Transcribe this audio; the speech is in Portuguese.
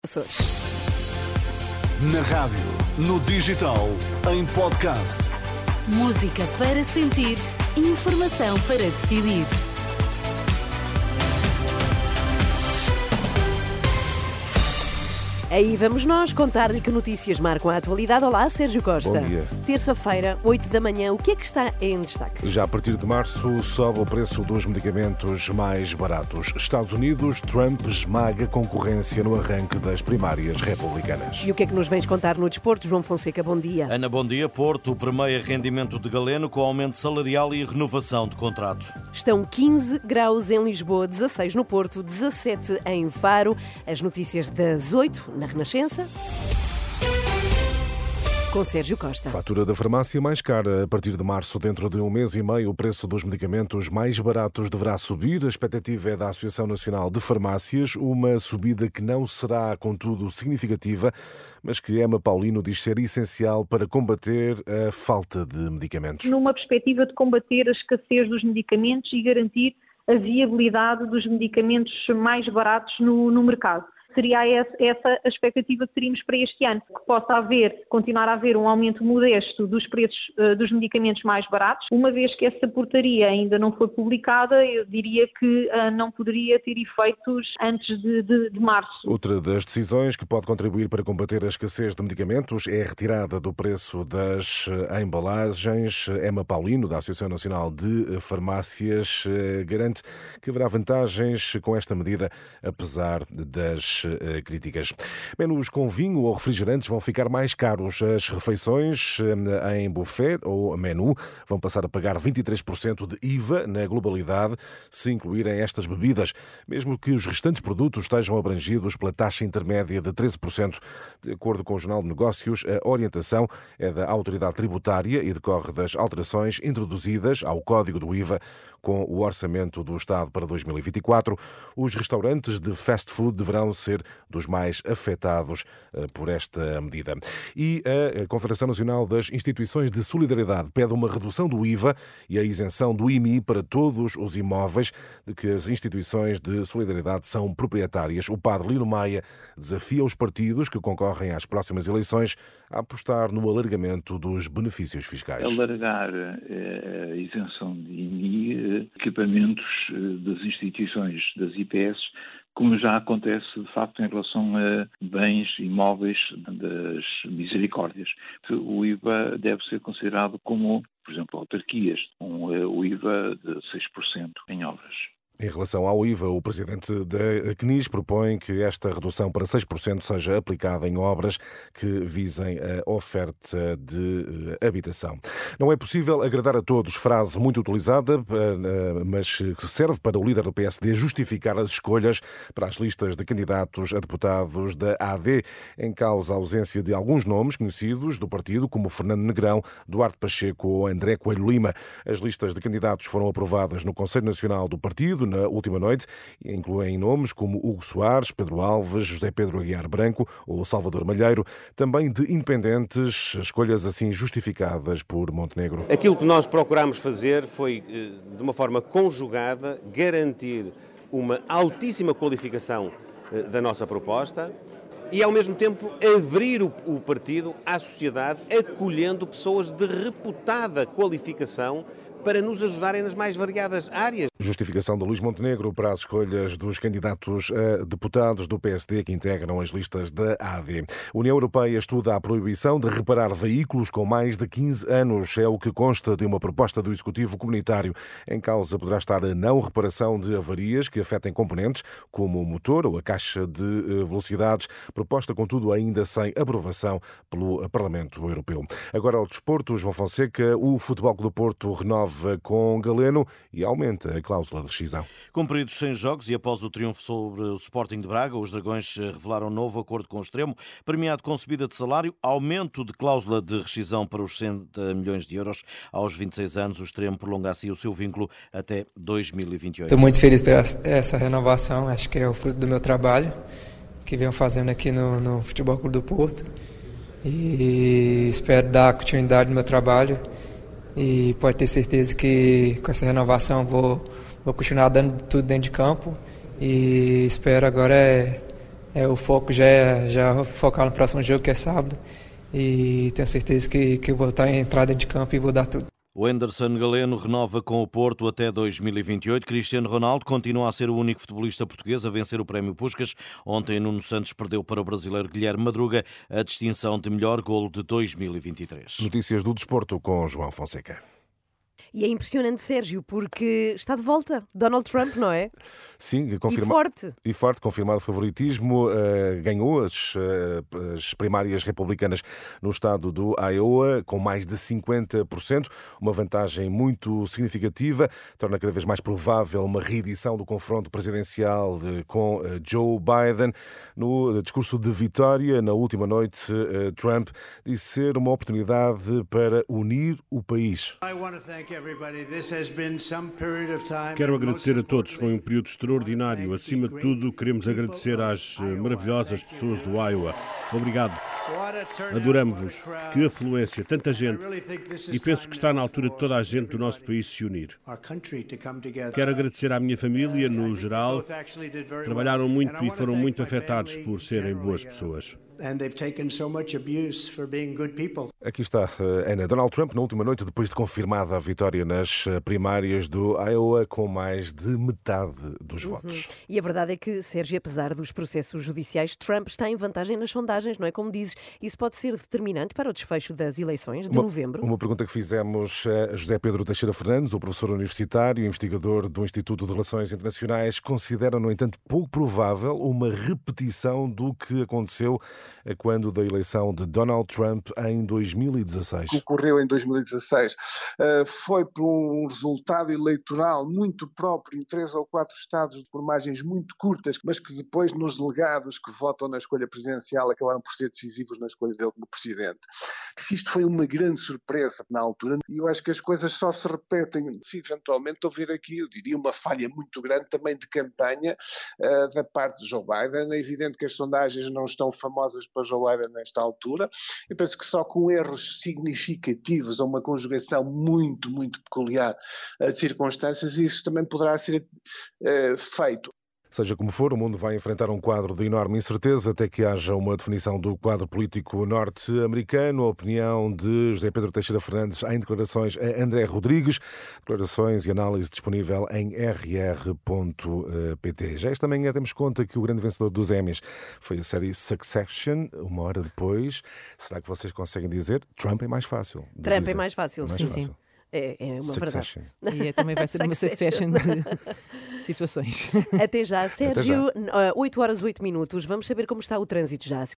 Na rádio, no digital, em podcast. Música para sentir, informação para decidir. Aí vamos nós contar-lhe que notícias marcam a atualidade. Olá, Sérgio Costa. Bom dia. Terça-feira, 8 da manhã, o que é que está em destaque? Já a partir de março sobe o preço dos medicamentos mais baratos. Estados Unidos, Trump esmaga concorrência no arranque das primárias republicanas. E o que é que nos vens contar no desporto? João Fonseca, bom dia. Ana, bom dia. Porto premia rendimento de Galeno com aumento salarial e renovação de contrato. Estão 15 graus em Lisboa, 16 no Porto, 17 em Faro. As notícias das 8 na Renascença, com Sérgio Costa. Fatura da farmácia mais cara. A partir de março, dentro de um mês e meio, o preço dos medicamentos mais baratos deverá subir. A expectativa é da Associação Nacional de Farmácias, uma subida que não será, contudo, significativa, mas que Emma Paulino diz ser essencial para combater a falta de medicamentos. Numa perspectiva de combater a escassez dos medicamentos e garantir a viabilidade dos medicamentos mais baratos no mercado. Seria essa a expectativa que teríamos para este ano, que possa continuar a haver um aumento modesto dos preços dos medicamentos mais baratos. Uma vez que essa portaria ainda não foi publicada, eu diria que não poderia ter efeitos antes de março. Outra das decisões que pode contribuir para combater a escassez de medicamentos é a retirada do preço das embalagens. Emma Paulino, da Associação Nacional de Farmácias, garante que haverá vantagens com esta medida, apesar das críticas. Menus com vinho ou refrigerantes vão ficar mais caros. As refeições em buffet ou menu vão passar a pagar 23% de IVA na globalidade, se incluírem estas bebidas, mesmo que os restantes produtos estejam abrangidos pela taxa intermédia de 13%. De acordo com o Jornal de Negócios, a orientação é da autoridade tributária e decorre das alterações introduzidas ao Código do IVA com o Orçamento do Estado para 2024. Os restaurantes de fast food deverão ser dos mais afetados por esta medida. E a Confederação Nacional das Instituições de Solidariedade pede uma redução do IVA e a isenção do IMI para todos os imóveis de que as instituições de solidariedade são proprietárias. O padre Lino Maia desafia os partidos que concorrem às próximas eleições a apostar no alargamento dos benefícios fiscais. Alargar a isenção de IMI, equipamentos das instituições das IPS, como já acontece, de facto, em relação a bens imóveis das misericórdias. O IVA deve ser considerado como, por exemplo, autarquias, com o IVA de 6% em obras. Em relação ao IVA, o presidente da CNIS propõe que esta redução para 6% seja aplicada em obras que visem a oferta de habitação. Não é possível agradar a todos, frase muito utilizada, mas que serve para o líder do PSD justificar as escolhas para as listas de candidatos a deputados da AD. Em causa a ausência de alguns nomes conhecidos do partido, como Fernando Negrão, Duarte Pacheco ou André Coelho Lima. As listas de candidatos foram aprovadas no Conselho Nacional do Partido na última noite e incluem nomes como Hugo Soares, Pedro Alves, José Pedro Aguiar Branco ou Salvador Malheiro, também de independentes, escolhas assim justificadas por Montenegro. Aquilo que nós procurámos fazer foi, de uma forma conjugada, garantir uma altíssima qualificação da nossa proposta e, ao mesmo tempo, abrir o partido à sociedade, acolhendo pessoas de reputada qualificação para nos ajudarem nas mais variadas áreas. Justificação de Luís Montenegro para as escolhas dos candidatos a deputados do PSD que integram as listas da AD. A União Europeia estuda a proibição de reparar veículos com mais de 15 anos. É o que consta de uma proposta do Executivo Comunitário. Em causa poderá estar a não reparação de avarias que afetem componentes, como o motor ou a caixa de velocidades. Proposta, contudo, ainda sem aprovação pelo Parlamento Europeu. Agora ao desporto, João Fonseca, o Futebol Clube do Porto renova com Galeno e aumenta a cláusula de rescisão. Cumpridos 100 jogos e após o triunfo sobre o Sporting de Braga, os Dragões revelaram um novo acordo com o Extremo, premiado com subida de salário, aumento de cláusula de rescisão para os 60 milhões de euros. Aos 26 anos, o Extremo prolonga assim o seu vínculo até 2028. Estou muito feliz por essa renovação, acho que é o fruto do meu trabalho que venho fazendo aqui no Futebol Clube do Porto e espero dar continuidade no meu trabalho. E pode ter certeza que com essa renovação vou continuar dando tudo dentro de campo e espero agora o foco já focar no próximo jogo, que é sábado, e tenho certeza que eu vou estar entrada de campo e vou dar tudo. O Anderson Galeno renova com o Porto até 2028. Cristiano Ronaldo continua a ser o único futebolista português a vencer o Prémio Puskás. Ontem, Nuno Santos perdeu para o brasileiro Guilherme Madruga a distinção de melhor golo de 2023. Notícias do desporto com João Fonseca. E é impressionante, Sérgio, porque está de volta Donald Trump, não é? Sim, E forte, confirmado favoritismo, ganhou as primárias republicanas no estado do Iowa com mais de 50%, uma vantagem muito significativa, torna cada vez mais provável uma reedição do confronto presidencial com Joe Biden. No discurso de vitória, na última noite, Trump disse ser uma oportunidade para unir o país. Quero agradecer a todos, foi um período extraordinário. Acima de tudo, queremos agradecer às maravilhosas pessoas do Iowa. Obrigado. Adoramos-vos. Que afluência, tanta gente. E penso que está na altura de toda a gente do nosso país se unir. Quero agradecer à minha família, no geral. Trabalharam muito e foram muito afetados por serem boas pessoas. Aqui está Ana. Donald Trump, na última noite, depois de confirmada a vitória nas primárias do Iowa, com mais de metade dos votos. E a verdade é que, Sérgio, apesar dos processos judiciais, Trump está em vantagem nas sondagens, não é? Como dizes, isso pode ser determinante para o desfecho das eleições de novembro? Uma pergunta que fizemos a José Pedro Teixeira Fernandes, o professor universitário e investigador do Instituto de Relações Internacionais, considera, no entanto, pouco provável uma repetição do que aconteceu quando da eleição de Donald Trump em 2016. O que ocorreu em 2016 foi por um resultado eleitoral muito próprio em 3 ou 4 estados por margens muito curtas, mas que depois nos delegados que votam na escolha presidencial acabaram por ser decisivos na escolha dele como presidente. Se isto foi uma grande surpresa na altura, e eu acho que as coisas só se repetem se eventualmente houver aqui, eu diria, uma falha muito grande também de campanha da parte de Joe Biden. É evidente que as sondagens não estão famosas para Joe Biden nesta altura. Eu penso que só com erros significativos ou uma conjugação muito, muito peculiar de circunstâncias, isso também poderá ser feito. Seja como for, o mundo vai enfrentar um quadro de enorme incerteza até que haja uma definição do quadro político norte-americano. A opinião de José Pedro Teixeira Fernandes em declarações a André Rodrigues. Declarações e análise disponível em rr.pt. Já esta manhã temos conta que o grande vencedor dos Emmys foi a série Succession, uma hora depois. Será que vocês conseguem dizer? Trump é mais fácil. Trump é mais fácil, sim. É uma Succession. Verdade. E também vai ser uma succession de situações. Até já, Sérgio. 8 horas 8 minutos. Vamos saber como está o trânsito já.